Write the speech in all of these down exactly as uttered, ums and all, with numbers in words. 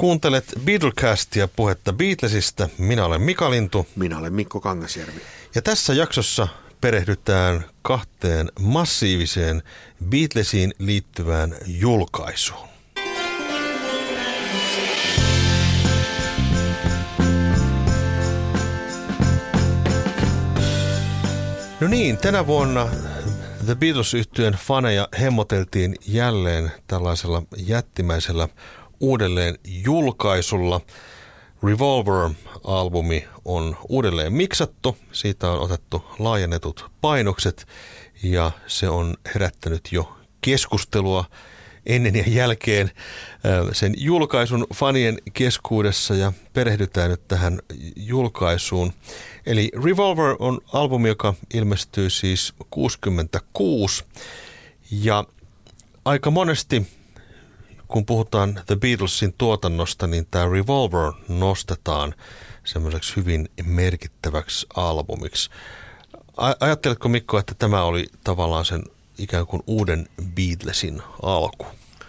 Kuuntelet Beatlecastia, puhetta Beatlesista. Minä olen Mika Lintu. Minä olen Mikko Kangasjärvi. Ja tässä jaksossa perehdytään kahteen massiiviseen Beatlesiin liittyvään julkaisuun. No niin, tänä vuonna The Beatles-yhtyeen faneja hemmoteltiin jälleen tällaisella jättimäisellä uudelleen julkaisulla. Revolver-albumi on uudelleen miksattu, siitä on otettu laajennetut painokset ja se on herättänyt jo keskustelua ennen ja jälkeen sen julkaisun fanien keskuudessa ja perehdytään nyt tähän julkaisuun. Eli Revolver on albumi, joka ilmestyy siis kuusikymmentäkuusi ja aika monesti kun puhutaan The Beatlesin tuotannosta, niin tämä Revolver nostetaan semmoiseksi hyvin merkittäväksi albumiksi. Ajatteletko Mikko, että tämä oli tavallaan sen ikään kuin uuden Beatlesin alku?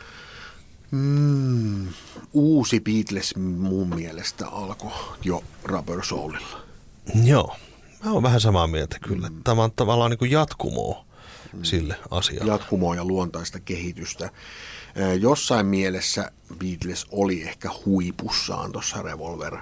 Mm, uusi Beatles mun mielestä alkoi jo Rubber Soulilla. Joo, mä oon vähän samaa mieltä kyllä. Tämä on tavallaan niin kuin jatkumoa mm. sille asialle. Jatkumoa ja luontaista kehitystä. Jossain mielessä Beatles oli ehkä huipussaan tuossa Revolver,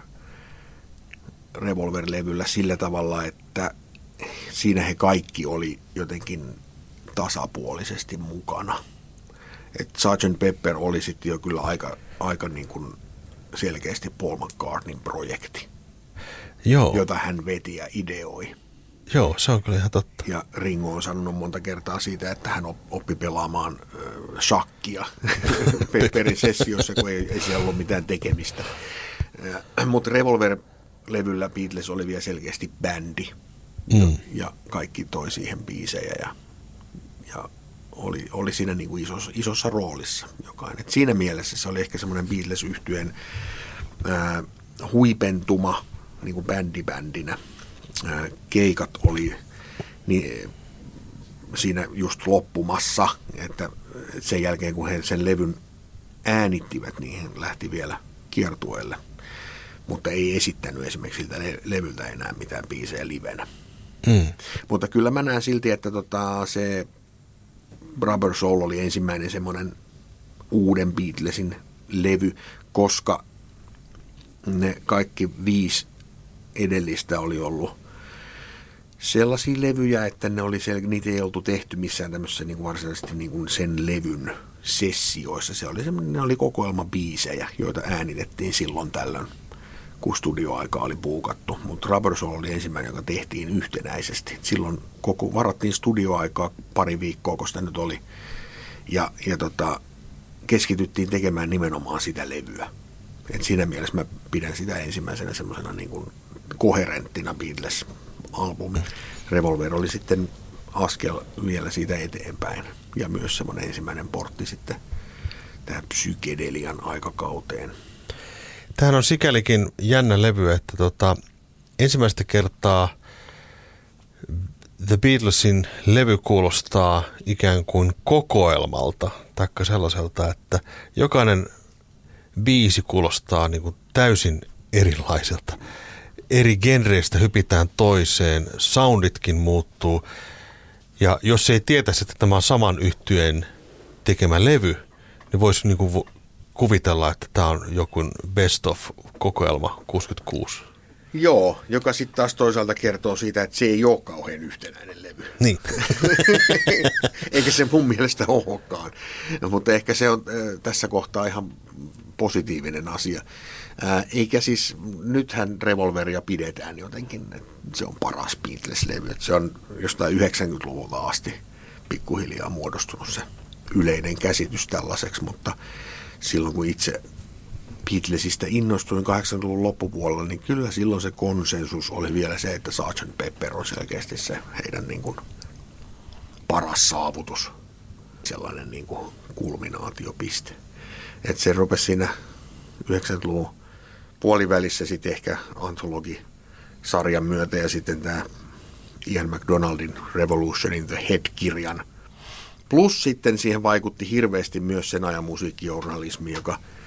Revolver-levyllä sillä tavalla, että siinä he kaikki oli jotenkin tasapuolisesti mukana. Et sergeant Pepper oli sitten jo kyllä aika, aika niin kuin selkeästi Paul McCartneyn projekti, Joo. jota hän veti ja ideoi. Joo, se on kyllä ihan totta. Ja Ringo on sanonut monta kertaa siitä, että hän oppi pelaamaan äh, shakkia Pepperin sessiossa, kun ei, ei siellä ollut mitään tekemistä. Äh, mutta Revolver-levyllä Beatles oli vielä selkeästi bändi. Mm. Ja kaikki toi siihen biisejä ja, ja oli, oli siinä niin kuin isossa, isossa roolissa jokainen. Et siinä mielessä se oli ehkä semmoinen Beatles-yhtyeen äh, huipentuma niin kuin bändibändinä. Keikat oli niin, siinä just loppumassa, että sen jälkeen kun he sen levyn äänittivät, niin he lähti vielä kiertueelle, mutta ei esittänyt esimerkiksi siltä levyltä enää mitään biisejä livenä. Mm. Mutta kyllä mä näen silti, että tota, se Rubber Soul oli ensimmäinen semmoinen uuden Beatlesin levy, koska ne kaikki viisi edellistä oli ollut sellaisia levyjä, että ne oli sel- niitä ei oltu tehty missään tämmöisessä niin kuin varsinaisesti niin kuin sen levyn sessioissa. Se oli ne oli kokoelma biisejä, joita äänitettiin silloin tällöin, kun studioaika oli buukattu. Mutta Rubber Soul oli ensimmäinen, joka tehtiin yhtenäisesti. Silloin koko, varattiin studioaikaa pari viikkoa, kun sitä nyt oli. Ja, ja tota, keskityttiin tekemään nimenomaan sitä levyä. Et siinä mielessä mä pidän sitä ensimmäisenä semmoisena niin kuin koherenttina Beatles-albumi. Revolver oli sitten askel vielä siitä eteenpäin ja myös semmoinen ensimmäinen portti sitten tähän psykedelian aikakauteen. Tämähän on sikälikin jännä levy, että tota, ensimmäistä kertaa The Beatlesin levy kuulostaa ikään kuin kokoelmalta, taikka sellaiselta, että jokainen biisi kuulostaa niin kuin täysin erilaiselta. Eri genreistä hypitään toiseen, sounditkin muuttuu. Ja jos ei tietäisi, että tämä on saman yhtyeen tekemä levy, niin voisi niin kuin kuvitella, että tämä on joku best of kokoelma kuusikymmentäkuusi. Joo, joka sitten taas toisaalta kertoo siitä, että se ei ole kauhean yhtenäinen levy. Niin. Eikä se mun mielestä olekaan. No, mutta ehkä se on äh, tässä kohtaa ihan positiivinen asia. Äh, eikä siis, nythän Revolveria pidetään jotenkin, että se on paras Beatles-levy. Että se on jostain yhdeksänkymmentäluvulta asti pikkuhiljaa muodostunut se yleinen käsitys tällaiseksi, mutta silloin kun itse Beatlesista innostuin kahdeksankymmentäluvun loppupuolella, niin kyllä silloin se konsensus oli vielä se, että sergeant Pepper on selkeästi se heidän niin kuin paras saavutus, sellainen niin kuin kulminaatiopiste. Että se rupesi siinä yhdeksänkymmentäluvun puolivälissä sitten ehkä antologisarjan myötä ja sitten tämä Ian McDonaldin Revolution in the Head-kirjan. Plus sitten siihen vaikutti hirveästi myös sen ajan musiikkijournalismi, joka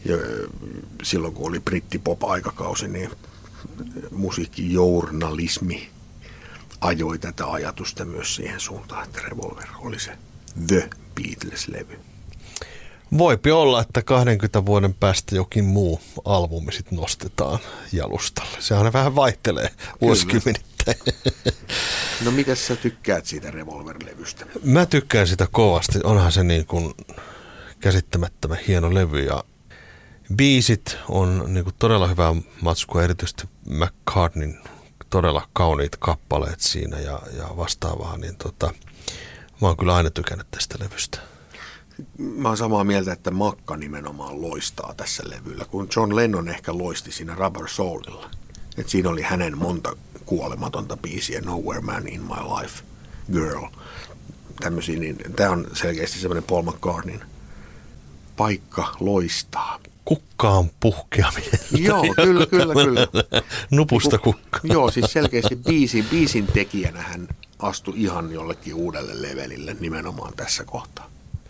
Ja silloin kun oli brittipop-aikakausi, niin musiikkijournalismi ajoi tätä ajatusta myös siihen suuntaan, että Revolver oli se The Beatles-levy. Voipi olla, että kaksikymmentä vuoden päästä jokin muu albumi sit nostetaan jalustalle. Sehän vähän vaihtelee vuosikymmenittäin. No mitäs sä tykkäät siitä Revolver-levystä? Mä tykkään sitä kovasti. Onhan se niin kuin käsittämättömän hieno levy ja biisit on niin kuin todella hyvää matskua, erityisesti McCartneyn todella kauniit kappaleet siinä ja, ja vastaavaa. Niin tota, mä oon kyllä aina tykännyt tästä levystä. Mä oon samaa mieltä, että Makka nimenomaan loistaa tässä levyllä, kun John Lennon ehkä loisti siinä Rubber Soulilla. Et siinä oli hänen monta kuolematonta biisiä, Nowhere Man in My Life, Girl, tämmöisiä, niin tämä on selkeästi semmoinen Paul McCartneyn paikka loistaa. Kukkaan puhkeaminen. Joo, kyllä, kyllä, kyllä. Nupusta kukkaan. Joo, siis selkeästi biisin, biisin tekijänä hän astui ihan jollekin uudelle levelille nimenomaan tässä kohtaa.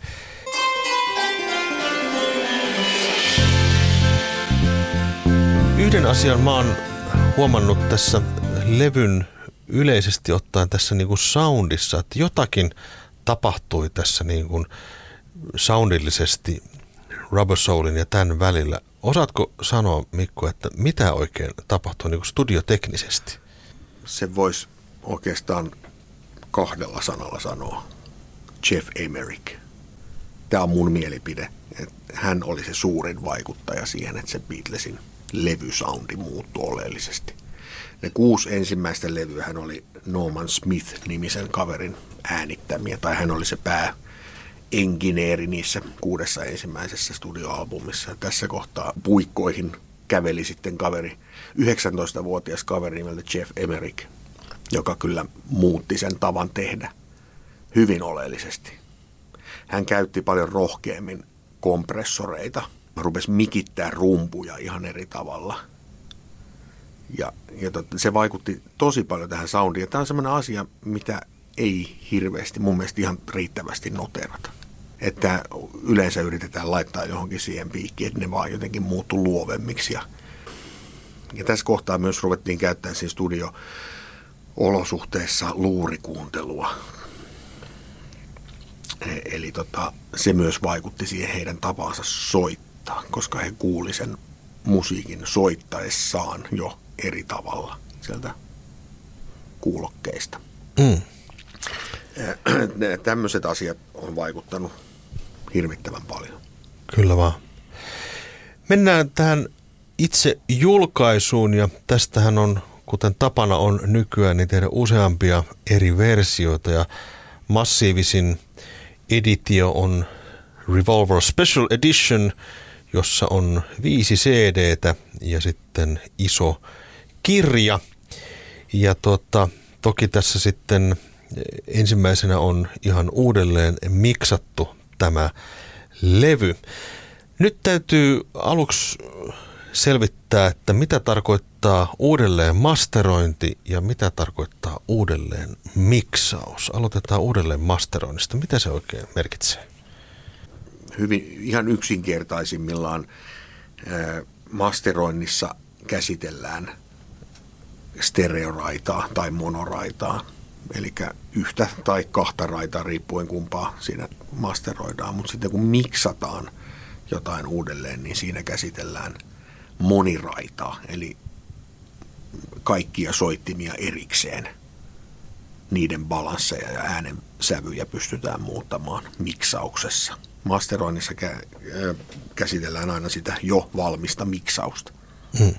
Yhden asian mä oon huomannut tässä levyn yleisesti ottaen tässä niin kuin soundissa, että jotakin tapahtui tässä niin kuin soundillisesti Rubber Soulin ja tämän välillä. Osaatko sanoa, Mikko, että mitä oikein tapahtui niin kuin studioteknisesti? Se voisi oikeastaan kahdella sanalla sanoa. Jeff Emerick. Tämä on mun mielipide. Että hän oli se suurin vaikuttaja siihen, että se Beatlesin levysoundi muuttui oleellisesti. Ne kuusi ensimmäistä levyä hän oli Norman Smith-nimisen kaverin äänittämiä, tai hän oli se pääengineeri niissä kuudessa ensimmäisessä studioalbumissa. Tässä kohtaa puikkoihin käveli sitten kaveri, yhdeksäntoistavuotias kaveri nimeltä Jeff Emerick, joka kyllä muutti sen tavan tehdä hyvin oleellisesti. Hän käytti paljon rohkeammin kompressoreita, rupesi mikittää rumpuja ihan eri tavalla. Ja, ja tot, se vaikutti tosi paljon tähän soundiin. Tämä on sellainen asia, mitä ei hirveästi, mun mielestä ihan riittävästi noterata. Että yleensä yritetään laittaa johonkin siihen piikkiin, että ne vaan jotenkin muuttuu luovemmiksi. Ja, ja tässä kohtaa myös ruvettiin käyttämään siinä studio-olosuhteissa luurikuuntelua. Eli tota, se myös vaikutti siihen heidän tapaansa soittaa, koska he kuuli sen musiikin soittaessaan jo eri tavalla sieltä kuulokkeista. Mm. Tämmöiset asiat on vaikuttanut hirvittävän paljon. Kyllä vaan. Mennään tähän itse julkaisuun ja tästähän on, kuten tapana on nykyään, niin tehdä useampia eri versioita ja massiivisin editio on Revolver Special Edition, jossa on viisi C D:tä ja sitten iso kirja. Ja tota, toki tässä sitten ensimmäisenä on ihan uudelleen miksattu tämä levy. Nyt täytyy aluksi selvittää, että mitä tarkoittaa uudelleen masterointi ja mitä tarkoittaa uudelleen miksaus. Aloitetaan uudelleen masteroinnista. Mitä se oikein merkitsee? Hyvin ihan yksinkertaisimmillaan masteroinnissa käsitellään stereoraitaa tai monoraitaa, eli yhtä tai kahta raitaa riippuen kumpaa siinä masteroidaan, mutta sitten kun miksataan jotain uudelleen, niin siinä käsitellään moniraitaa, eli kaikkia soittimia erikseen. Niiden balansseja ja äänen sävyjä pystytään muuttamaan miksauksessa. Masteroinnissa kä- käsitellään aina sitä jo valmista miksausta. Hmm.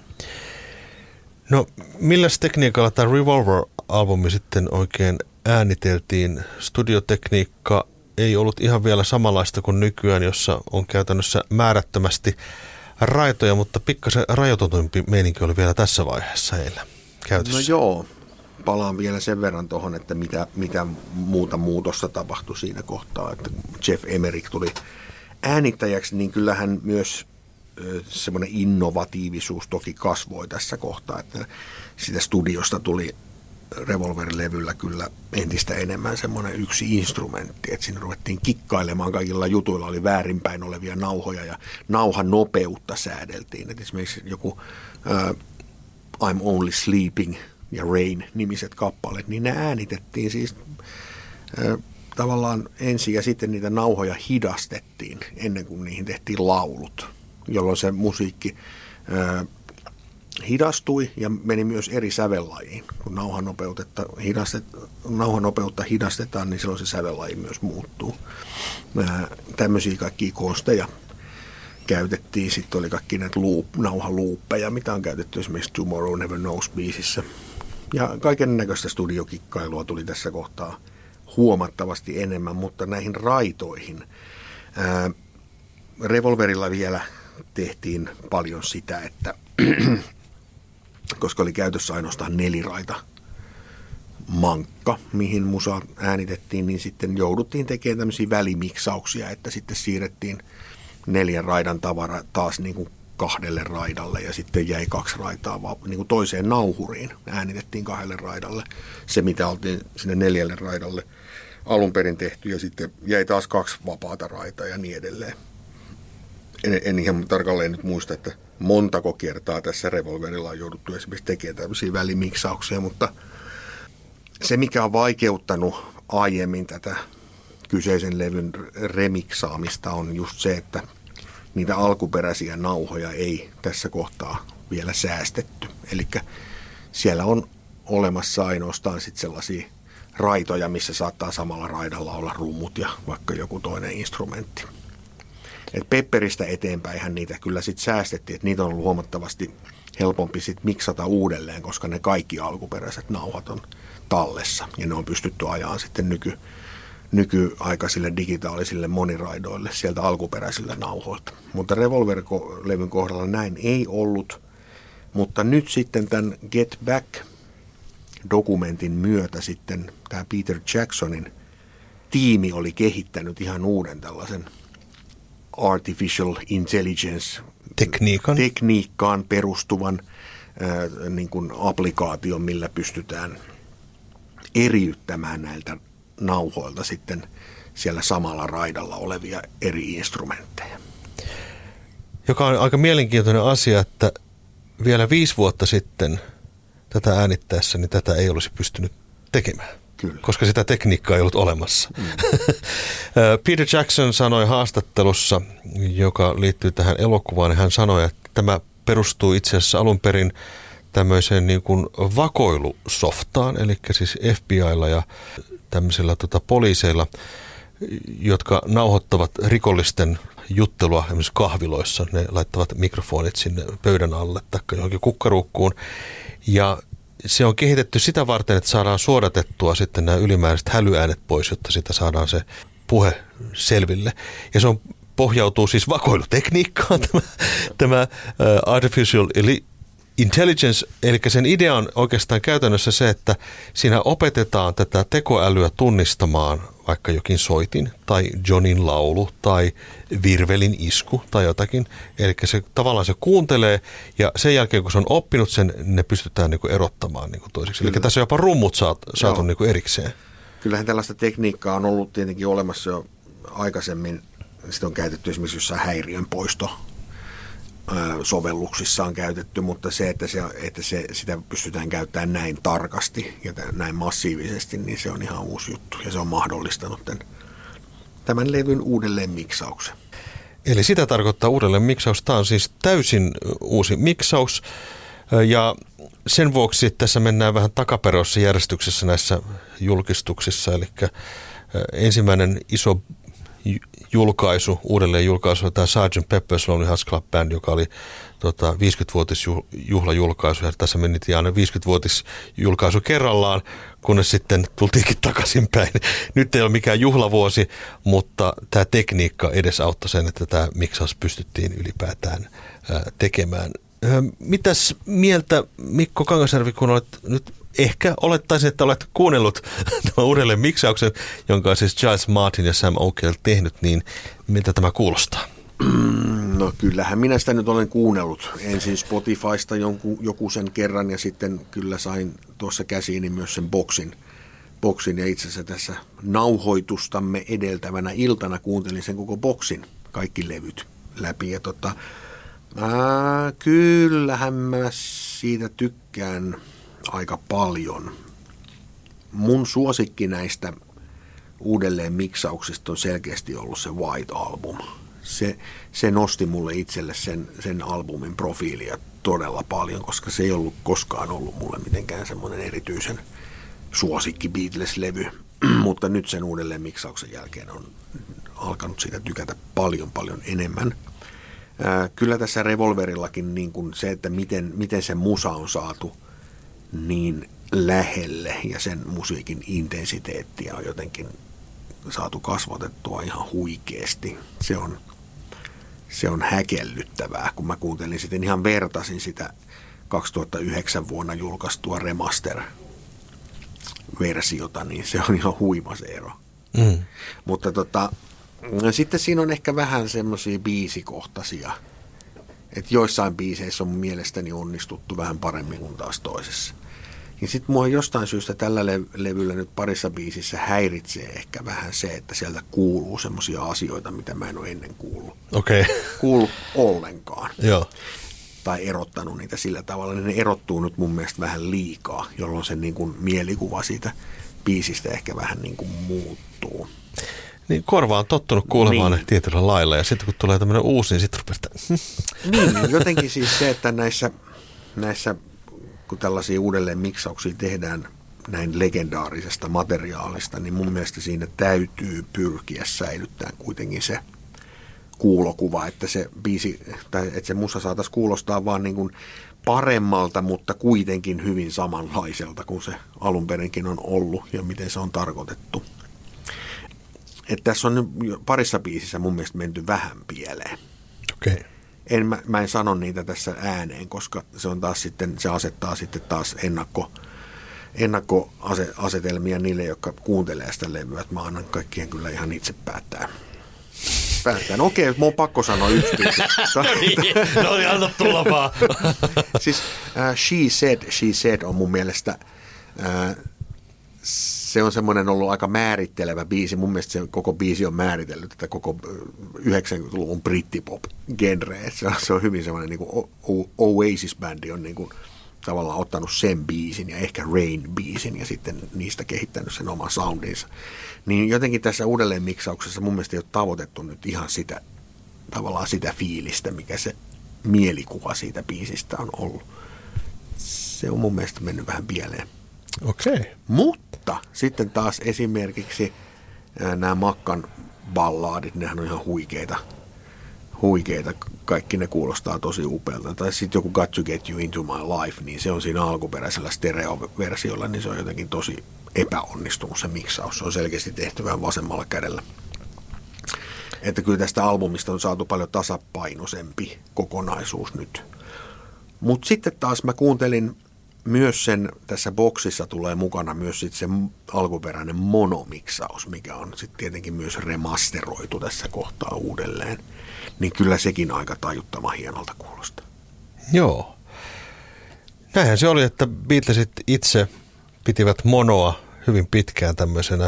No, milläs tekniikalla tämä Revolver-albumi sitten oikein ääniteltiin? Studiotekniikka ei ollut ihan vielä samanlaista kuin nykyään, jossa on käytännössä määrättömästi raitoja, mutta pikkasen rajoitetumpi meininki oli vielä tässä vaiheessa heillä käytössä. No joo, palaan vielä sen verran tuohon, että mitä, mitä muuta muutosta tapahtui siinä kohtaa, että Jeff Emerick tuli äänittäjäksi, niin kyllähän myös semmoinen innovatiivisuus toki kasvoi tässä kohtaa, että sitä studiosta tuli Revolver-levyllä kyllä entistä enemmän semmoinen yksi instrumentti, että siinä ruvettiin kikkailemaan, kaikilla jutuilla oli väärinpäin olevia nauhoja ja nauhan nopeutta säädeltiin. Et esimerkiksi joku uh, I'm Only Sleeping ja Rain -nimiset kappaleet, niin ne äänitettiin siis uh, tavallaan ensin ja sitten niitä nauhoja hidastettiin ennen kuin niihin tehtiin laulut, jolloin se musiikki uh, hidastui ja meni myös eri sävellajiin. Kun nauhanopeutta, hidastet, nauhanopeutta hidastetaan, niin silloin se sävellaji myös muuttuu. Ää, tämmöisiä kaikkia konsteja käytettiin. Sitten oli kaikki näitä loop, nauhaluuppeja, mitä on käytetty esimerkiksi Tomorrow Never Knows-biisissä. Ja kaiken näköistä studiokikkailua tuli tässä kohtaa huomattavasti enemmän, mutta näihin raitoihin. Ää, Revolverilla vielä tehtiin paljon sitä, että koska oli käytössä ainoastaan neliraita mankka, mihin musa äänitettiin, niin sitten jouduttiin tekemään tämmöisiä välimiksauksia, että sitten siirrettiin neljän raidan tavara taas niin kuin kahdelle raidalle ja sitten jäi kaksi raitaa vaan niin kuin toiseen nauhuriin. Äänitettiin kahdelle raidalle se, mitä oltiin sinne neljälle raidalle alun perin tehty ja sitten jäi taas kaksi vapaata raitaa ja niin edelleen. En, en ihan tarkalleen nyt muista, että montako kertaa tässä Revolverilla on jouduttu esimerkiksi tekemään tämmöisiä välimiksauksia, mutta se, mikä on vaikeuttanut aiemmin tätä kyseisen levyn remiksaamista, on just se, että niitä alkuperäisiä nauhoja ei tässä kohtaa vielä säästetty. Eli siellä on olemassa ainoastaan sit sellaisia raitoja, missä saattaa samalla raidalla olla rummut ja vaikka joku toinen instrumentti. Et Pepperistä eteenpäinhän niitä kyllä sitten säästettiin, että niitä on ollut huomattavasti helpompi sitten miksata uudelleen, koska ne kaikki alkuperäiset nauhat on tallessa ja ne on pystytty ajaa sitten nyky, nykyaikaisille digitaalisille moniraidoille sieltä alkuperäisillä nauhoilta. Mutta Revolver-levyn kohdalla näin ei ollut, mutta nyt sitten tämän Get Back-dokumentin myötä sitten tämä Peter Jacksonin tiimi oli kehittänyt ihan uuden tällaisen artificial intelligence tekniikan, tekniikkaan perustuvan ää, niin kuin applikaation, millä pystytään eriyttämään näiltä nauhoilta sitten siellä samalla raidalla olevia eri instrumentteja. Joka on aika mielenkiintoinen asia, että vielä viisi vuotta sitten tätä äänittäessä, niin tätä ei olisi pystynyt tekemään. Kyllä. Koska sitä tekniikkaa ei ollut olemassa. Mm. Peter Jackson sanoi haastattelussa, joka liittyy tähän elokuvaan, niin hän sanoi, että tämä perustuu itse asiassa alun perin tämmöiseen niin kuin vakoilusoftaan, eli siis F B I:lla ja tämmöisillä tota, poliiseilla, jotka nauhoittavat rikollisten juttelua esimerkiksi kahviloissa. Ne laittavat mikrofonit sinne pöydän alle tai johonkin kukkaruukkuun ja se on kehitetty sitä varten, että saadaan suodatettua sitten nämä ylimääräiset hälyäänet pois, jotta sitä saadaan se puhe selville. Ja se on, pohjautuu siis vakoilutekniikkaan, tämä, tämä uh, artificial intelligence, eli sen idea on oikeastaan käytännössä se, että siinä opetetaan tätä tekoälyä tunnistamaan vaikka jokin soitin tai Johnin laulu tai virvelin isku tai jotakin. Eli se tavallaan se kuuntelee ja sen jälkeen kun se on oppinut sen, ne pystytään niinku erottamaan niinku toisiksi. Eli tässä on jopa rummut saat, saatu niinku erikseen. Kyllähän tällaista tekniikkaa on ollut tietenkin olemassa jo aikaisemmin. Sitä on käytetty esimerkiksi jossain häiriön poisto sovelluksissa on käytetty, mutta se, että, se, että se, sitä pystytään käyttämään näin tarkasti ja näin massiivisesti, niin se on ihan uusi juttu ja se on mahdollistanut tämän, tämän levyn uudelleen miksauksen. Eli sitä tarkoittaa uudelleen miksaus. Tämä on siis täysin uusi miksaus ja sen vuoksi tässä mennään vähän takaperossa järjestyksessä näissä julkistuksissa, eli ensimmäinen iso julkaisu, uudelleen julkaisu, tämä sergeant Pepper's Lonely Hearts Club Band, joka oli tota, viisikymmenvuotisjuhlajulkaisu, ja tässä meni aina viisikymmenvuotisjulkaisu kerrallaan, kunnes sitten tultiinkin takaisinpäin. Nyt ei ole mikään juhlavuosi, mutta tämä tekniikka edesauttoi sen, että tämä miksaus pystyttiin ylipäätään ää, tekemään. Mitäs mieltä, Mikko Kangasjärvi, kun olet nyt, ehkä olettaisin, että olet kuunnellut tämän uudelleen miksauksen, jonka on siis Giles Martin ja Sam Oakell tehnyt, niin miltä tämä kuulostaa? No kyllähän minä sitä nyt olen kuunnellut. Ensin Spotifysta jonkun, joku sen kerran ja sitten kyllä sain tuossa käsiini myös sen boksin. boksin ja itse asiassa tässä nauhoitustamme edeltävänä iltana kuuntelin sen koko boksin, kaikki levyt läpi. Ja tota, ää, kyllähän mä siitä tykkään aika paljon. Mun suosikki näistä uudelleen miksauksista on selkeästi ollut se White Album. Se, se nosti mulle itselle sen, sen albumin profiilia todella paljon, koska se ei ollut koskaan ollut mulle mitenkään semmoinen erityisen suosikki Beatles-levy, mutta nyt sen uudelleen miksauksen jälkeen on alkanut siitä tykätä paljon paljon enemmän. Ää, kyllä tässä Revolverillakin niin kuin se, että miten, miten se musa on saatu niin lähelle ja sen musiikin intensiteettiä on jotenkin saatu kasvatettua ihan huikeasti. Se on, se on häkellyttävää, kun mä kuuntelin sitten ihan vertasin sitä kaksituhattayhdeksän vuonna julkaistua remaster-versiota, niin se on ihan huima se ero. Mm. Mutta tota, sitten siinä on ehkä vähän semmoisia biisikohtaisia, että joissain biiseissä on mielestäni onnistuttu vähän paremmin kuin taas toisessa. Ja sitten mua jostain syystä tällä le- levyllä nyt parissa biisissä häiritsee ehkä vähän se, että sieltä kuuluu semmoisia asioita, mitä mä en ole ennen kuullut. Okei. Okay. Kuullut ollenkaan. Joo. Tai erottanut niitä sillä tavalla. Ne erottuu nyt mun mielestä vähän liikaa, jolloin se niin kuin mielikuva siitä biisistä ehkä vähän niin kuin muuttuu. Niin korva on tottunut kuulemaan niin ne tietyllä lailla ja sitten kun tulee tämmöinen uusi, niin sitten rupeaa Niin, jotenkin siis se, että näissä, näissä kun tällaisia uudelleen miksauksia tehdään näin legendaarisesta materiaalista, niin mun mielestä siinä täytyy pyrkiä säilyttämään kuitenkin se kuulokuva, että se biisi, tai että se musa saataisiin kuulostaa vaan niin kuin paremmalta, mutta kuitenkin hyvin samanlaiselta kuin se alun perinkin on ollut ja miten se on tarkoitettu. Että tässä on nyt parissa biisissä mun mielestä menty vähän pieleen. Okei. Okay. En, mä, mä en sano niitä tässä ääneen, koska se on taas sitten, se asettaa sitten taas ennakko, ennakkoasetelmia niille, jotka kuuntelee sitä levyä. Että mä annan kaikkien kyllä ihan itse päättää. Päättää. No okei, mun on pakko sanoa yksi biisi. No niin, no niin, anna tulla vaan. Siis uh, She Said, She Said on mun mielestä, uh, se on semmoinen ollut aika määrittelevä biisi. Mun mielestä se koko biisi on määritellyt, että koko yhdeksänkymmentäluvun brittipop-genreä. Se on, se on hyvin semmoinen, niin kuin Oasis-bändi on niin kuin tavallaan ottanut sen biisin ja ehkä Rain-biisin ja sitten niistä kehittänyt sen oman soundinsa. Niin jotenkin tässä uudelleen miksauksessa mun mielestä ei ole tavoitettu nyt ihan sitä, tavallaan sitä fiilistä, mikä se mielikuva siitä biisistä on ollut. Se on mun mielestä mennyt vähän pieleen. Okei. Okay. Mutta sitten taas esimerkiksi nämä Makkan ballaadit, nehän on ihan huikeita. Huikeita. Kaikki ne kuulostaa tosi upealta. Tai sitten joku Got to Get You Into My Life, niin se on siinä alkuperäisellä stereoversiolla, niin se on jotenkin tosi epäonnistunut se miksaus. Se on selkeästi tehty vähän vasemmalla kädellä. Että kyllä tästä albumista on saatu paljon tasapainoisempi kokonaisuus nyt. Mutta sitten taas mä kuuntelin myös sen, tässä boksissa tulee mukana myös sit se alkuperäinen monomiksaus, mikä on sitten tietenkin myös remasteroitu tässä kohtaa uudelleen. Niin kyllä sekin aika tajuttavan hienolta kuulostaa. Joo. Näinhän se oli, että Beatlesit itse pitivät monoa hyvin pitkään tämmöisenä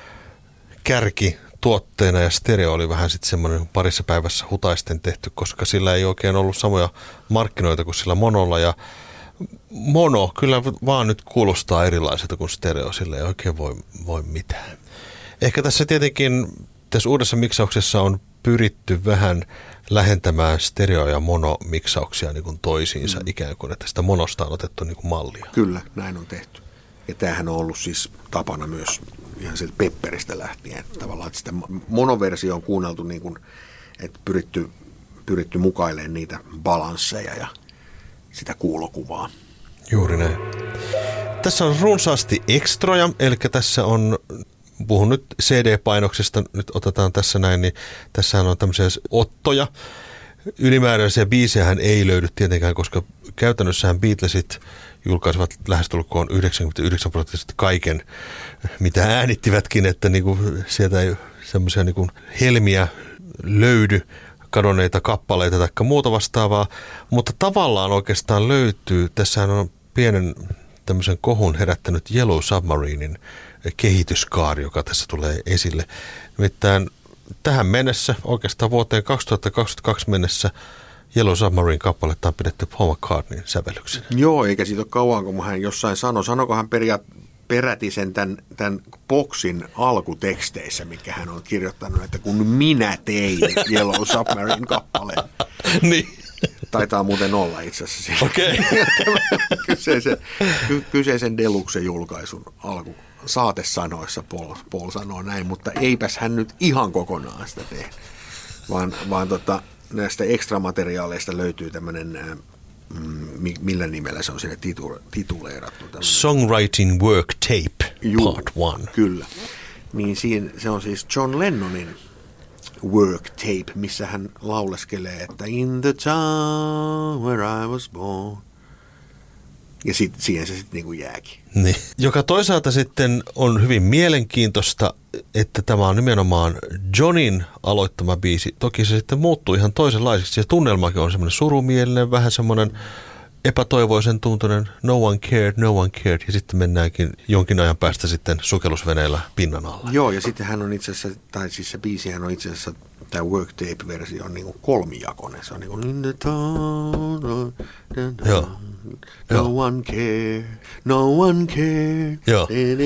kärkituotteena ja stereo oli vähän sitten semmoinen parissa päivässä hutaisten tehty, koska sillä ei oikein ollut samoja markkinoita kuin sillä monolla ja mono kyllä vaan nyt kuulostaa erilaiselta kuin stereo, sillä ei oikein voi, voi mitään. Ehkä tässä tietenkin tässä uudessa miksauksessa on pyritty vähän lähentämään stereo- ja monomiksauksia niin kuin toisiinsa mm. ikään kuin, että sitä monosta on otettu niin kuin mallia. Kyllä, näin on tehty. Ja tämähän on ollut siis tapana myös ihan sieltä Pepperistä lähtien. Tavallaan, että sitä monoversio on kuunneltu niin kuin, että pyritty, pyritty mukailemaan niitä balansseja ja sitä kuulokuvaa. Juuri näin. Tässä on runsaasti ekstroja, eli tässä on, puhun nyt C D-painoksesta, nyt otetaan tässä näin, niin tässä on tämmöisiä ottoja. Ylimääräisiä biisejähän ei löydy tietenkään, koska käytännössähän Beatlesit julkaisivat lähestulkoon yhdeksänkymmentäyhdeksän prosenttisesti kaiken, mitä äänittivätkin, että niinku sieltä ei semmoisia niinku helmiä löydy, kadonneita kappaleita tai muuta vastaavaa, mutta tavallaan oikeastaan löytyy, tässähän on pienen tämmöisen kohun herättänyt Yellow Submarinin kehityskaari, joka tässä tulee esille. Nimittäin tähän mennessä, oikeastaan vuoteen kaksituhattakaksikymmentäkaksi mennessä, Yellow Submarine-kappaletta on pidetty Paul McCartneyn sävellyksenä. Joo, eikä siitä ole kauan, kun hän jossain sanoi. Sanoiko hän peria- peräti sen tämän, tämän boksin alkuteksteissä, mikä hän on kirjoittanut, että kun minä tein Yellow Submarine-kappaleen. Niin. Taitaa muuten olla itse asiassa. Okei. Okay. kyseisen, ky- kyseisen Deluxe-julkaisun alku saatesanoissa Paul, Paul sanoo näin, mutta eipäs hän nyt ihan kokonaan sitä tehnyt, vaan, vaan tota, näistä ekstramateriaaleista löytyy tämmöinen, mm, millä nimellä se on sinne titu, tituleerattu. Tämmönen. Songwriting Work Tape, Juu, Part One. Kyllä. Niin siinä, se on siis John Lennonin Work Tape, missä hän lauleskelee, että in the town where I was born. Ja sit, siihen se sitten niinku jääkin. Niin. Joka toisaalta sitten on hyvin mielenkiintoista, että tämä on nimenomaan Johnin aloittama biisi. Toki se sitten muuttuu ihan toisenlaiseksi. Ja tunnelmakin on semmoinen surumielinen, vähän semmoinen epätoivoisen tuntuinen, no one cared, no one cared. Ja sitten mennäänkin jonkin ajan päästä sitten sukellusveneellä pinnan alla. Joo, ja sitten hän on itse asiassa, tai siis se biisihän on itse asiassa, tämä Work Tape-versio on niin kuin kolmijakoinen. Se on niin kuin in the town, Joo. no Joo. one care, no one care. Joo.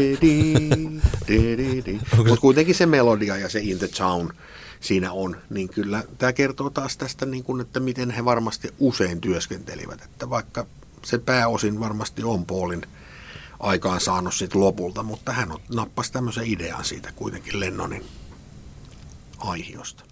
Mutta kuitenkin se melodia ja se in the town siinä on, niin kyllä tämä kertoo taas tästä, niin kuin, että miten he varmasti usein työskentelivät. Että vaikka se pääosin varmasti on Paulin aikaan saanut sitten lopulta, mutta hän nappasi tämmöisen idean siitä kuitenkin Lennonin aihiosta.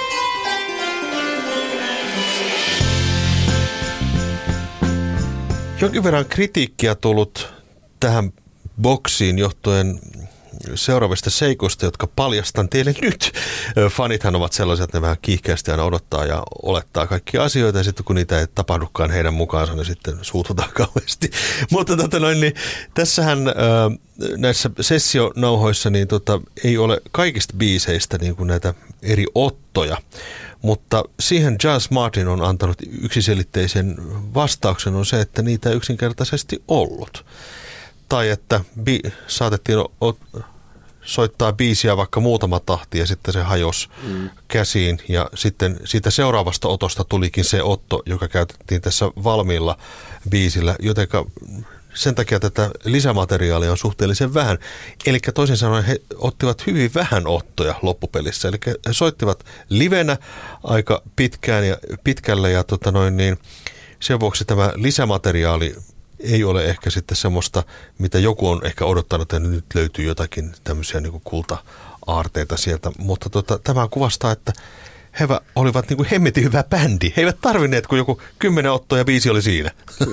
Jonkin verran kritiikkiä tullut tähän boksiin johtuen seuraavista seikoista, jotka paljastan teille nyt. Fanithan ovat sellaisia, että ne vähän kiihkeästi aina odottaa ja olettaa kaikkia asioita, ja sitten kun niitä ei tapahdukaan heidän mukaansa, niin sitten suututaan kauheasti. Mutta tota noin, niin tässähän äh, näissä sessionauhoissa niin tota, ei ole kaikista biiseistä niin kuin näitä eri ottoja, mutta siihen Giles Martin on antanut yksiselitteisen vastauksen on se, että niitä ei yksinkertaisesti ollut. Tai että bi- saatettiin o- o- soittaa biisiä vaikka muutama tahti ja sitten se hajosi mm. käsiin. Ja sitten siitä seuraavasta otosta tulikin se otto, joka käytettiin tässä valmiilla biisillä. Jotenka sen takia tätä lisämateriaalia on suhteellisen vähän. Eli toisin sanoen he ottivat hyvin vähän ottoja loppupelissä. Eli he soittivat livenä aika pitkään ja pitkälle ja tota noin niin, sen vuoksi tämä lisämateriaali ei ole ehkä sitten semmoista, mitä joku on ehkä odottanut, että nyt löytyy jotakin tämmöisiä niin kuin kulta-aarteita sieltä. Mutta tota, tämä kuvastaa, että he olivat niin kuin hemmetin hyvä bändi. He eivät tarvinneet, kun joku kymmenen ottoa ja biisi oli siinä.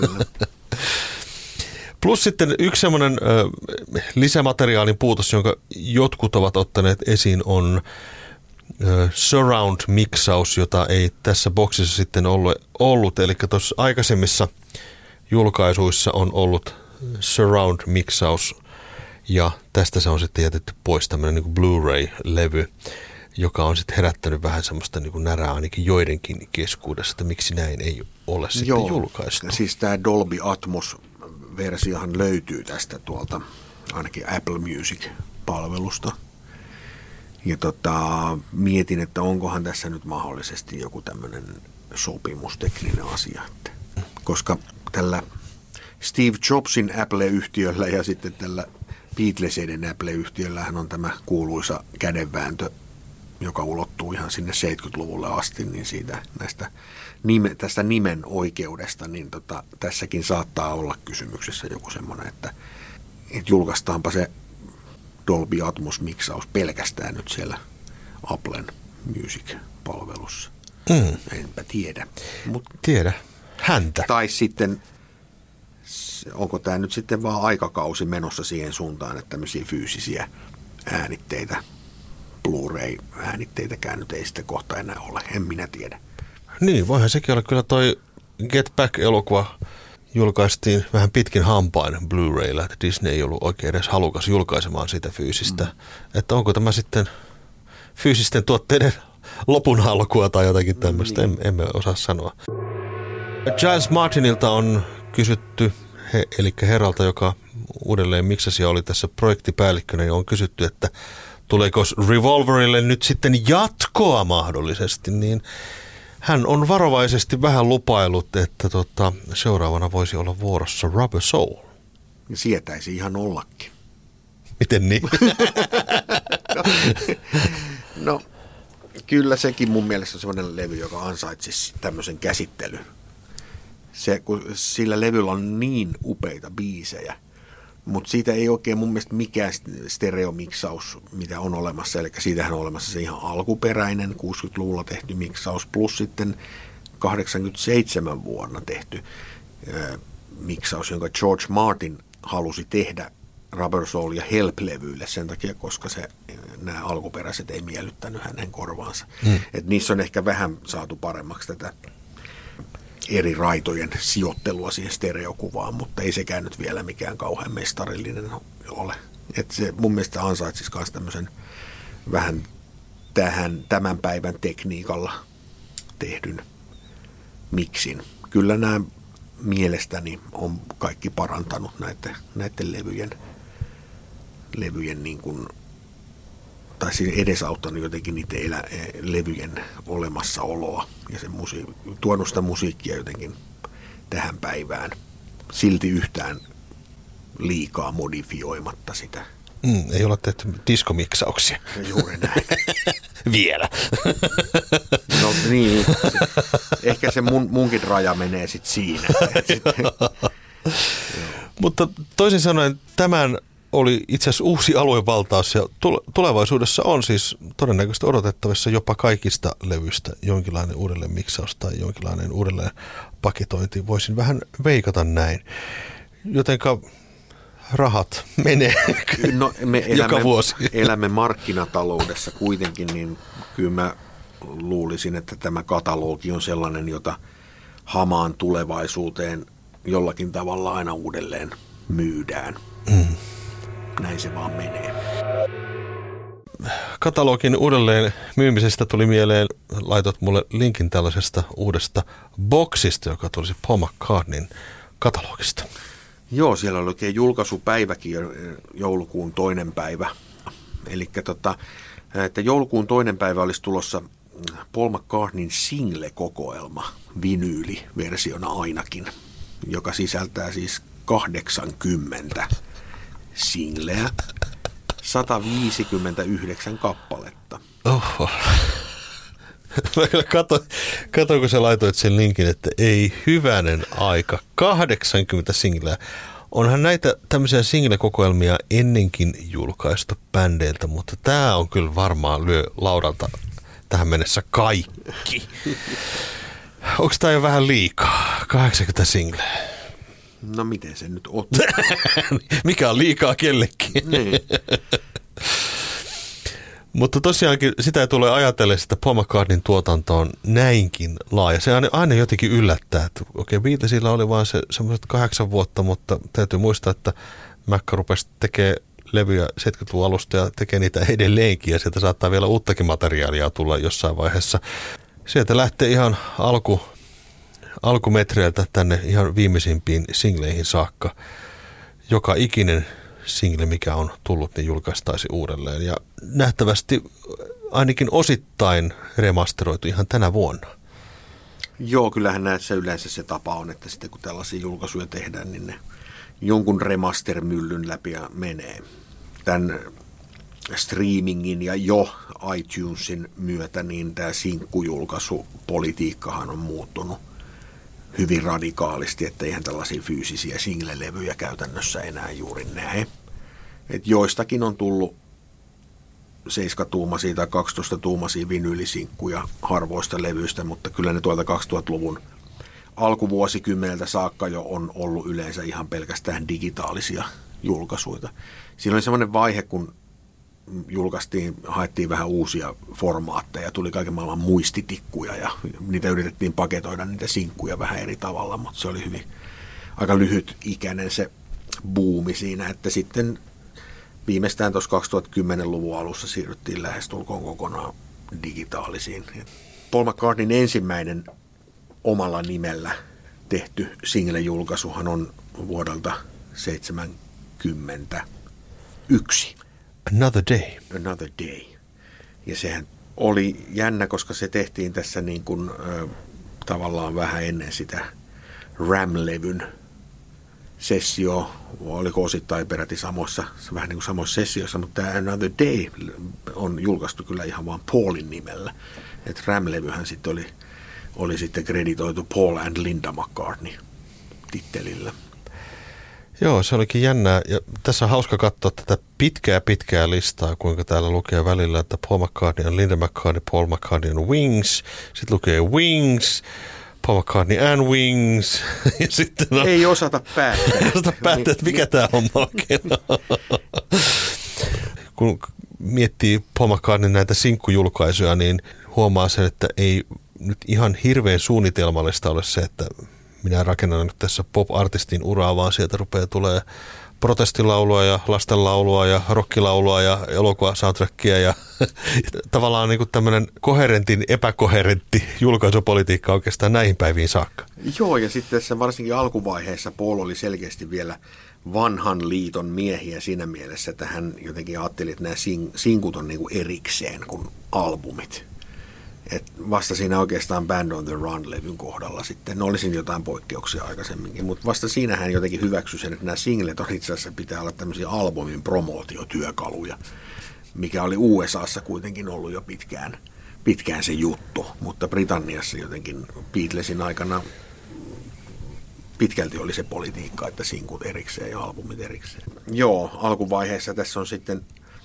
Plus sitten yksi semmoinen äh, lisämateriaalin puutos, jonka jotkut ovat ottaneet esiin, on äh, surround-miksaus, jota ei tässä boksissa sitten ollut. ollut. Eli tuossa aikaisemmissa julkaisuissa on ollut surround-miksaus ja tästä se on sitten jätetty pois tämmöinen niin kuin Blu-ray-levy, joka on sitten herättänyt vähän semmoista niin kuin närää ainakin joidenkin keskuudessa, että miksi näin ei ole sitten Joo, julkaistu. Siis tämä Dolby Atmos-versiohan löytyy tästä tuolta ainakin Apple Music-palvelusta. Ja tota, mietin, että onkohan tässä nyt mahdollisesti joku tämmöinen sopimustekninen asia, että, koska tällä Steve Jobsin Apple-yhtiöllä ja sitten tällä Beatleseiden Apple-yhtiöllähän on tämä kuuluisa kädenvääntö, joka ulottuu ihan sinne seitsemänkymmentäluvulle asti, niin siitä näistä nime, tästä nimen oikeudesta, niin tota, tässäkin saattaa olla kysymyksessä joku semmoinen, että, että julkaistaanpa se Dolby Atmos-miksaus pelkästään nyt siellä Applen Music-palvelussa. Mm. Enpä tiedä. Mut, tiedä. Häntä. Tai sitten, onko tämä nyt sitten vaan aikakausi menossa siihen suuntaan, että tämmöisiä fyysisiä äänitteitä, Blu-ray-äänitteitäkään nyt ei sitten kohta enää ole. En minä tiedä. Niin, voihan sekin olla. Kyllä toi Get Back-elokuva julkaistiin vähän pitkin hampain Blu-raylla, että Disney ei ollut oikein edes halukas julkaisemaan sitä fyysistä. Mm. Että onko tämä sitten fyysisten tuotteiden lopun alkua tai jotakin tämmöistä, niin. en, emme osaa sanoa. Giles Martinilta on kysytty he, eli herralta, joka uudelleen miksasi ja oli tässä projektipäällikkönä, niin on kysytty, että tuleeko Revolverille nyt sitten jatkoa mahdollisesti, niin hän on varovaisesti vähän lupailut, että tota, seuraavana voisi olla vuorossa Rubber Soul. Ja sietäisi ihan ollakin. Miten niin? no, no, kyllä sekin mun mielestä on sellainen levy, joka ansaitsisi tämmöisen käsittelyn. Se, kun sillä levyllä on niin upeita biisejä, mutta siitä ei oikein mun mielestä mikään stereomiksaus, mitä on olemassa. Eli siitähän on olemassa se ihan alkuperäinen kuusikymmentäluvulla tehty miksaus, plus sitten kahdeksankymmentäseitsemän vuonna tehty äh, miksaus, jonka George Martin halusi tehdä Rubber Soul ja Help-levyille sen takia, koska se, nämä alkuperäiset ei miellyttänyt hänen korvaansa. Hmm. Et niissä on ehkä vähän saatu paremmaksi tätä eri raitojen sijoittelua siihen stereokuvaan, mutta ei sekään nyt vielä mikään kauhean mestarillinen ole. Et se mun mielestä ansaitsisi myös tämmöisen vähän tähän, tämän päivän tekniikalla tehdyn miksin. Kyllä nämä mielestäni on kaikki parantanut näiden, näiden levyjen, levyjen niin kuin, tai siis edesauttanut jotenkin niiden elä, levyjen olemassaoloa ja sen musi- tuonut sitä musiikkia jotenkin tähän päivään silti yhtään liikaa modifioimatta sitä. Mm, ei olla tehty diskomiksauksia. Juuri näin. Vielä. No niin, ehkä se mun, munkin raja menee sitten siinä. Sitten, mutta toisin sanoen tämän oli itse asiassa uusi aluevaltaus ja tulevaisuudessa on siis todennäköisesti odotettavissa jopa kaikista levyistä jonkinlainen uudelleen miksaus tai jonkinlainen uudelleen paketointi. Voisin vähän veikata näin. Jotenka rahat menee no, me elämme, joka vuosi. Elämme markkinataloudessa kuitenkin, niin kyllä mä luulisin, että tämä katalogi on sellainen, jota hamaan tulevaisuuteen jollakin tavalla aina uudelleen myydään. Mm. Näin se vaan menee. Katalogin uudelleen myymisestä tuli mieleen, laitot mulle linkin tällaisesta uudesta boksista, joka tulisi Paul McCartneyn katalogista. Joo, siellä oli oikein julkaisupäiväkin, joulukuun toinen päivä. Eli tota, että joulukuun toinen päivä olisi tulossa Paul McCartneyn single-kokoelma, vinyyliversiona ainakin, joka sisältää siis kahdeksankymmentä singleä, sata viisikymmentäyhdeksän kappaletta. Oho. Mä kyllä katsoin, katsoin, kun sä laitoit sen linkin, että ei hyvänen aika, kahdeksankymmentä singleä. Onhan näitä tämmöisiä single-kokoelmia ennenkin julkaistu bändeiltä, mutta tää on kyllä varmaan lyö laudalta tähän mennessä kaikki. Onko tää jo vähän liikaa, kahdeksankymmentä singleä? No miten se nyt ottaa? Mikä on liikaa kellekin? Niin. Mutta tosiaankin sitä ei tule ajatella, että Paul McCartneyn tuotanto on näinkin laaja. Se aina, aina jotenkin yllättää, että okei, okay, Beatlesilla oli vain se semmoiset kahdeksan vuotta, mutta täytyy muistaa, että Mac rupesi tekemään levyjä seitsemänkymmentäluvun alusta ja tekee niitä edelleenkin, ja sieltä saattaa vielä uuttakin materiaalia tulla jossain vaiheessa. Sieltä lähtee ihan alku, alkumetreiltä tänne ihan viimeisimpiin singleihin saakka. Joka ikinen single, mikä on tullut, niin julkaistaisi uudelleen. Ja nähtävästi ainakin osittain remasteroitu ihan tänä vuonna. Joo, kyllähän näissä yleensä se tapa on, että sitten kun tällaisia julkaisuja tehdään, niin ne jonkun remaster-myllyn läpi menee. Tämän streamingin ja jo iTunesin myötä, niin tämä sinkkujulkaisupolitiikkahan on muuttunut hyvin radikaalisti, että eihän tällaisia fyysisiä single-levyjä käytännössä enää juuri näe. Et joistakin on tullut seitsemän-tuumaisia tai kaksitoista-tuumaisia vinyylisinkkuja harvoista levyistä, mutta kyllä ne tuolta kaksituhattaluvun alkuvuosikymmeneltä saakka jo on ollut yleensä ihan pelkästään digitaalisia julkaisuja. Siinä oli semmoinen vaihe, kun julkaistiin, haettiin vähän uusia formaatteja, tuli kaiken maailman muistitikkuja ja niitä yritettiin paketoida niitä sinkkuja vähän eri tavalla, mutta se oli hyvin aika lyhytikäinen se buumi siinä, että sitten viimeistään tuossa kaksituhattakymmenluvun alussa siirryttiin lähestulkoon kokonaan digitaalisiin. Paul McCartneyn ensimmäinen omalla nimellä tehty single-julkaisuhan on vuodelta seitsemänkymmentäyksi. Another Day. Another Day. Ja sehän oli jännä, koska se tehtiin tässä niin kuin, äh, tavallaan vähän ennen sitä Ram-levyn sessio, oliko osittain peräti samoissa, vähän niin kuin samoissa sessioissa, mutta tämä Another Day on julkaistu kyllä ihan vaan Paulin nimellä. Että Ram-levyhän sitten oli, oli sitten kreditoitu Paul and Linda McCartney tittelillä. Joo, se olikin jännää. Ja tässä on hauska katsoa tätä pitkää pitkää listaa, kuinka täällä lukee välillä, että Paul McCartney on Linda McCartney, Paul McCartney on Wings, sitten lukee Wings, Paul McCartney and Wings. Ja sitten on, ei osata päättää. Ei osata päättää, että mikä tämä homma oikein on. Kun miettii Paul McCartney näitä sinkkujulkaisuja, niin huomaa sen, että ei nyt ihan hirveän suunnitelmallista ole se, että minä rakennan nyt tässä pop-artistin uraa, vaan sieltä rupeaa tulee protestilaulua ja lastenlaulua ja rockilaulua ja elokuva-soundtrackia ja tavallaan niin kuin tämmöinen koherentin epäkoherentti julkaisupolitiikka oikeastaan näihin päiviin saakka. Joo, ja sitten tässä varsinkin alkuvaiheessa Paul oli selkeästi vielä vanhan liiton miehiä siinä mielessä, että hän jotenkin ajatteli, että nämä sinkut on niin kuin erikseen kuin albumit. Et vasta siinä oikeastaan Band on the Run-levyn kohdalla sitten, no olisin jotain poikkeuksia aikaisemminkin, mutta vasta siinä hän jotenkin hyväksyi sen, että nämä singlet on itse asiassa pitää olla tämmöisiä albumin promootiotyökaluja, mikä oli U S A:ssa kuitenkin ollut jo pitkään, pitkään se juttu, mutta Britanniassa jotenkin Beatlesin aikana pitkälti oli se politiikka, että sinkut erikseen ja albumit erikseen. Joo, alkuvaiheessa tässä on sitten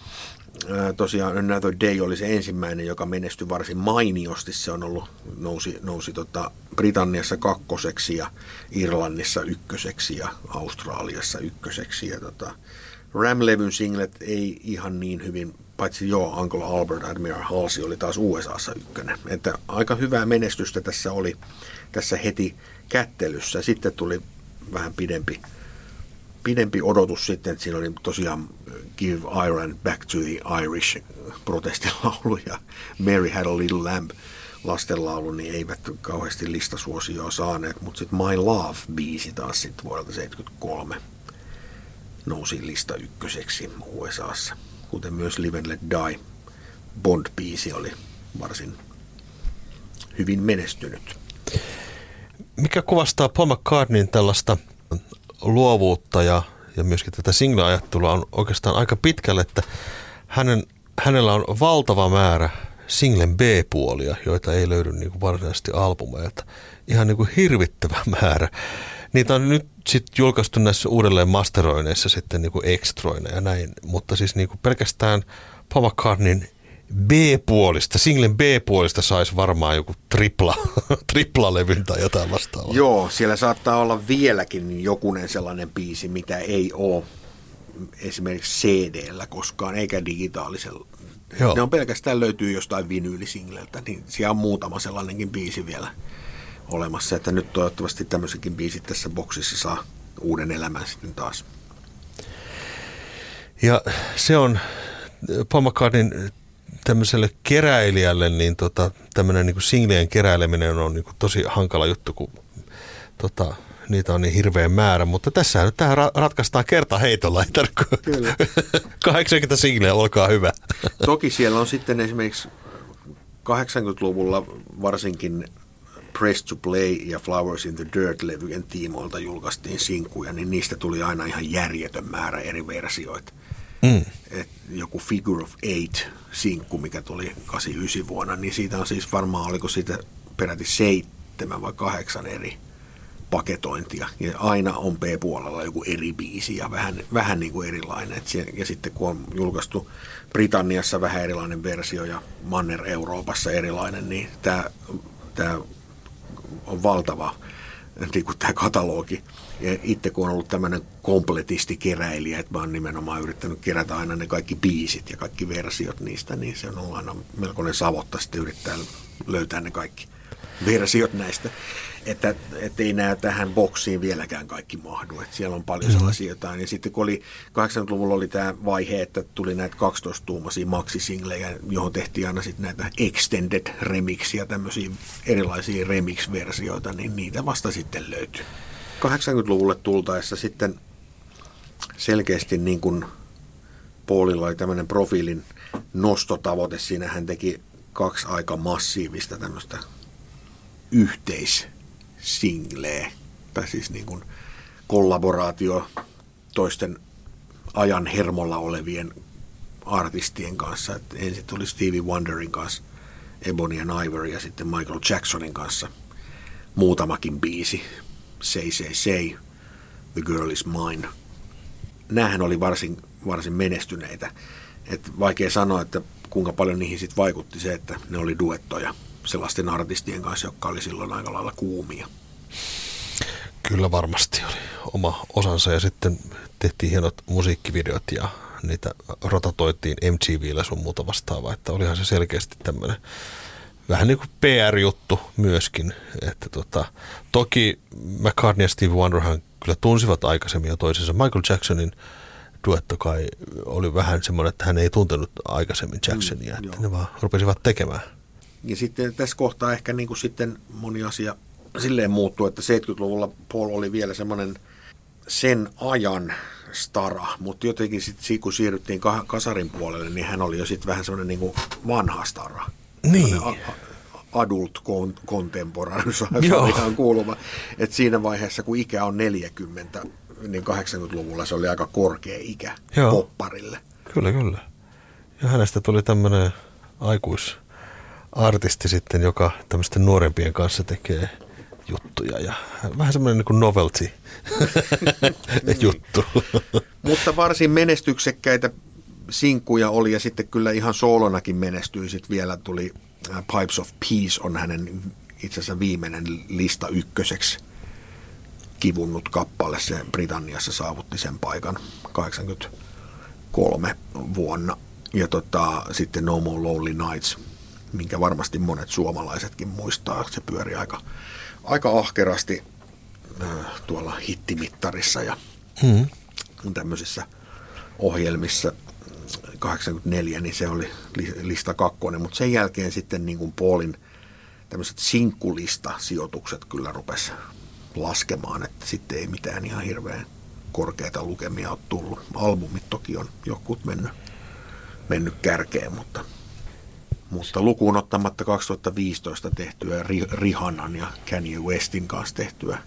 tosiaan Another Day oli se ensimmäinen, joka menestyi varsin mainiosti. Se on ollut, nousi, nousi tota Britanniassa kakkoseksi ja Irlannissa ykköseksi ja Australiassa ykköseksi. Ja tota, Ram-levyn singlet ei ihan niin hyvin, paitsi joo, Uncle Albert Admiral Halsey oli taas U S A:ssa ykkönen. Että aika hyvää menestystä tässä oli tässä heti kättelyssä. Sitten tuli vähän pidempi Pidempi odotus sitten, että siinä oli tosiaan Give Iron Back to the Irish protestilaulu ja Mary Had a Little Lamb lastenlaulu, niin eivät kauheasti listasuosioa saaneet, mutta sitten My Love-biisi taas sitten vuodelta seitsemänkymmentäkolme nousi lista ykköseksi U S A:ssa, kuten myös Live and Let Die. Bond-biisi oli varsin hyvin menestynyt. Mikä kuvastaa Paul McCartneyn tällaista luovuutta ja, ja myöskin tätä single-ajattelua on oikeastaan aika pitkälle, että hänen, hänellä on valtava määrä singlen B-puolia, joita ei löydy niin kuin varsinaisesti albumeilta. Ihan niin kuin hirvittävä määrä. Niitä on nyt sitten julkaistu näissä uudelleen masteroineissa sitten niin kuin extroina ja näin, mutta siis niin kuin pelkästään Paul McCartneyn B-puolista, singlen B-puolista saisi varmaan joku tripla, triplalevyn tai jotain vastaavaa. Joo, siellä saattaa olla vieläkin jokunen sellainen biisi, mitä ei ole esimerkiksi C D:llä koskaan, eikä digitaalisella. Joo. Ne on pelkästään löytyy jostain vinyylisingleltä, niin siellä on muutama sellainenkin biisi vielä olemassa, että nyt toivottavasti tämmöisenkin biisit tässä boksissa saa uuden elämän sitten taas. Ja se on Paul McCartneyn tämmöiselle keräilijälle, niin tota, tämmöinen niin kuin singlien keräileminen on niin kuin tosi hankala juttu, kun tota, niitä on niin hirveä määrä, mutta tässä nyt tähän ra- ratkaistaan kerta heitolla, ei tarvitse. Kyllä. kahdeksankymmentä singleä, olkaa hyvä. Toki siellä on sitten esimerkiksi kahdeksankymmentäluvulla varsinkin Press to Play ja Flowers in the Dirt-levyjen tiimoilta julkaistiin sinkkuja, niin niistä tuli aina ihan järjetön määrä eri versioita. Mm. Et joku Figure of Eight-sinkku, mikä tuli kahdeksankymmentäyhdeksän vuonna, niin siitä on siis varmaan, oliko siitä peräti seitsemän vai kahdeksan eri paketointia. Ja aina on B-puolella joku eri biisi ja vähän, vähän niin kuin erilainen. Et se, ja sitten kun on julkaistu Britanniassa vähän erilainen versio ja Manner-Euroopassa erilainen, niin tämä on valtava niin kuin tämä katalogi. Ja itse kun on ollut tämmöinen kompletisti-keräilijä, että mä oon nimenomaan yrittänyt kerätä aina ne kaikki biisit ja kaikki versiot niistä, niin se on ollut aina melkoinen savotta sitten yrittää löytää ne kaikki. versiot näistä, että ei nämä tähän boksiin vieläkään kaikki mahdu, että siellä on paljon sellaisia jotain. Ja sitten kun oli kahdeksankymmentäluvulla oli tämä vaihe, että tuli näitä kaksitoista-tuumaisia maksisinglejä, johon tehtiin aina sitten näitä extended remixia, tämmöisiä erilaisia remix-versioita, niin niitä vasta sitten löytyi. kahdeksankymmentäluvulle tultaessa sitten selkeästi niin kuin Paulilla oli tämmöinen profiilin nostotavoite. Siinä hän teki kaksi aika massiivista tämmöistä yhteissingleä, tai siis niin kuin kollaboraatio toisten ajan hermolla olevien artistien kanssa. Et ensin tuli Stevie Wonderin kanssa Ebony and Ivory ja sitten Michael Jacksonin kanssa muutamakin biisi. Say, Say, Say, The Girl Is Mine. Nämähän oli varsin, varsin menestyneitä. Et vaikea sanoa, että kuinka paljon niihin sit vaikutti se, että ne oli duettoja sellaisten artistien kanssa, jotka oli silloin aika lailla kuumia. Kyllä varmasti oli oma osansa ja sitten tehtiin hienot musiikkivideot ja niitä rotatoitiin M T V:llä sun muuta vastaavaa, että olihan se selkeästi tämmöinen vähän niin kuin P R-juttu myöskin, että tota, toki McCartney ja Stevie Wonderhan kyllä tunsivat aikaisemmin jo toisensa. Michael Jacksonin duetto kai oli vähän semmoinen, että hän ei tuntenut aikaisemmin Jacksonia, mm, että joo. Ne vaan rupesivat tekemään. Ja sitten tässä kohtaa ehkä niin kuin sitten moni asia silleen muuttui, että seitsemänkymmentäluvulla Paul oli vielä semmoinen sen ajan stara, mutta jotenkin sitten kun siirryttiin kasarin puolelle, niin hän oli jo sitten vähän semmoinen niin kuin vanha stara. Niin. Adult contemporary, se on ihan kuuluva. Että siinä vaiheessa, kun ikä on neljäkymmentä, niin kahdeksankymmentäluvulla se oli aika korkea ikä Joo. popparille. Kyllä, kyllä. Ja hänestä tuli tämmöinen aikuisartisti sitten, joka tämmöisten nuorempien kanssa tekee juttuja ja vähän semmoinen niin kuin novelty juttu. Mutta varsin menestyksekkäitä sinkkuja oli ja sitten kyllä ihan soolonakin menestyi. Sitten vielä tuli Pipes of Peace on hänen itse asiassa viimeinen lista ykköseksi kivunnut kappale. Se Britanniassa saavutti sen paikan kahdeksankymmentäkolme vuonna. Ja tota, sitten No More Lonely Nights, minkä varmasti monet suomalaisetkin muistaa. Se pyöri aika, aika ahkerasti äh, tuolla hittimittarissa ja mm. tämmöisissä ohjelmissa. kahdeksankymmentäneljä, niin se oli lista kakkonen, mutta sen jälkeen sitten niin kuin Paulin tämmöiset sinkkulista-sijoitukset kyllä rupesi laskemaan, että sitten ei mitään ihan hirveän korkeita lukemia ole tullut. Albumit toki on jokut mennyt, mennyt kärkeen, mutta, mutta lukuun ottamatta kaksituhattaviisitoista tehtyä Rihannan ja Kanye Westin kanssa tehtyä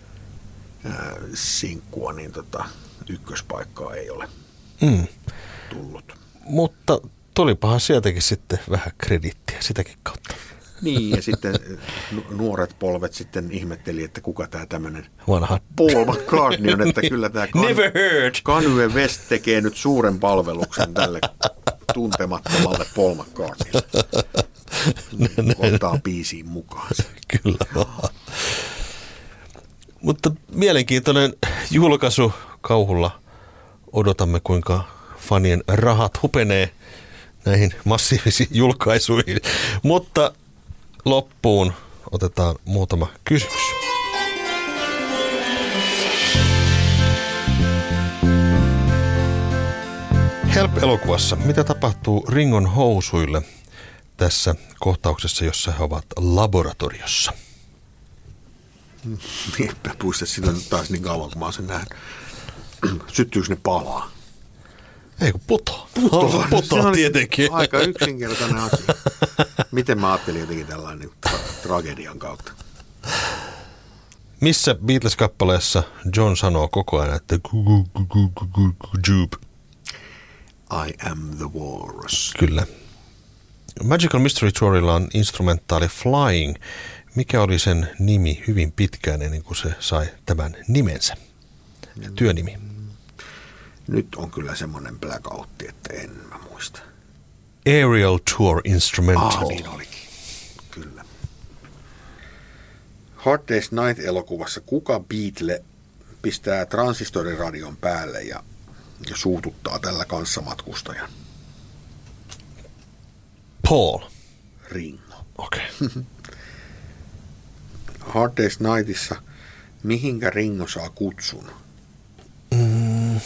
ää, sinkkua, niin tota, ykköspaikkaa ei ole mm. tullut. Mutta tulipahan sieltäkin sitten vähän kredittiä sitäkin kautta. Niin, ja sitten nuoret polvet sitten ihmetteli, että kuka tämä tämmöinen vanha Paul McCartney on, että kyllä tämä Never heard. Kanye West tekee nyt suuren palveluksen tälle tuntemattomalle Paul McCartneylle. Ottaa biisiin mukaan. Kyllä. Mutta mielenkiintoinen julkaisu kauhulla. Odotamme, kuinka fanien rahat hupenee näihin massiivisiin julkaisuihin. Mutta loppuun otetaan muutama kysymys. Help-elokuvassa. Mitä tapahtuu Ringon housuille tässä kohtauksessa, jossa he ovat laboratoriossa? Niinpä puista sitä nyt taas niin kauan, kun mä oon sen nähnyt. Syttyykö ne palaa? Ei kun putoaa. Putoaa, putoaa tietenkin. Aika yksinkertainen asia. Miten mä ajattelin jotenkin tällainen tra- tragedian kautta? Missä Beatles-kappaleessa John sanoo koko ajan, että Jupe? I am the walrus. Kyllä. Magical Mystery Tourilla on instrumentaali Flying. Mikä oli sen nimi hyvin pitkään ennen kuin se sai tämän nimensä? Ja työnimi. Nyt on kyllä semmoinen blackoutti, että en mä muista. Aerial Tour Instrumental. Ah, niin olikin. Kyllä. Hard Day's Night-elokuvassa kuka Beatle pistää transistoriradion päälle ja, ja suututtaa tällä kanssamatkustajan? Paul. Ringo. Okei. Okay. Hard Day's Nightissa, mihinkä Ringo saa kutsun? Mm.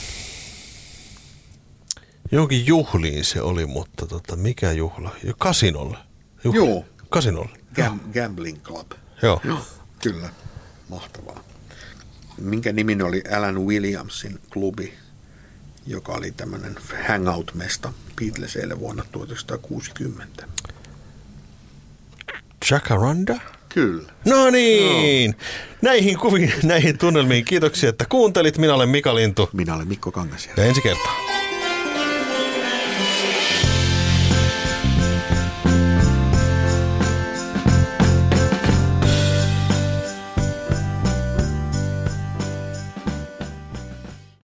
Johonkin juhliin se oli, mutta tota, mikä juhla? Kasinolle. Juhli. Joo. Kasinolle. Gam- Gambling Club. Joo. Joo. Kyllä, mahtavaa. Minkä nimi oli Alan Williamsin klubi, joka oli tämmöinen hangout-mesta Beatlesille vuonna tuhatyhdeksänsataakuusikymmentä? Jacaranda? Kyllä. No niin, no. Näihin kuviin, näihin tunnelmiin kiitoksia, että kuuntelit. Minä olen Mika Lintu. Minä olen Mikko Kangasjärvi. Ja ensi kertaa.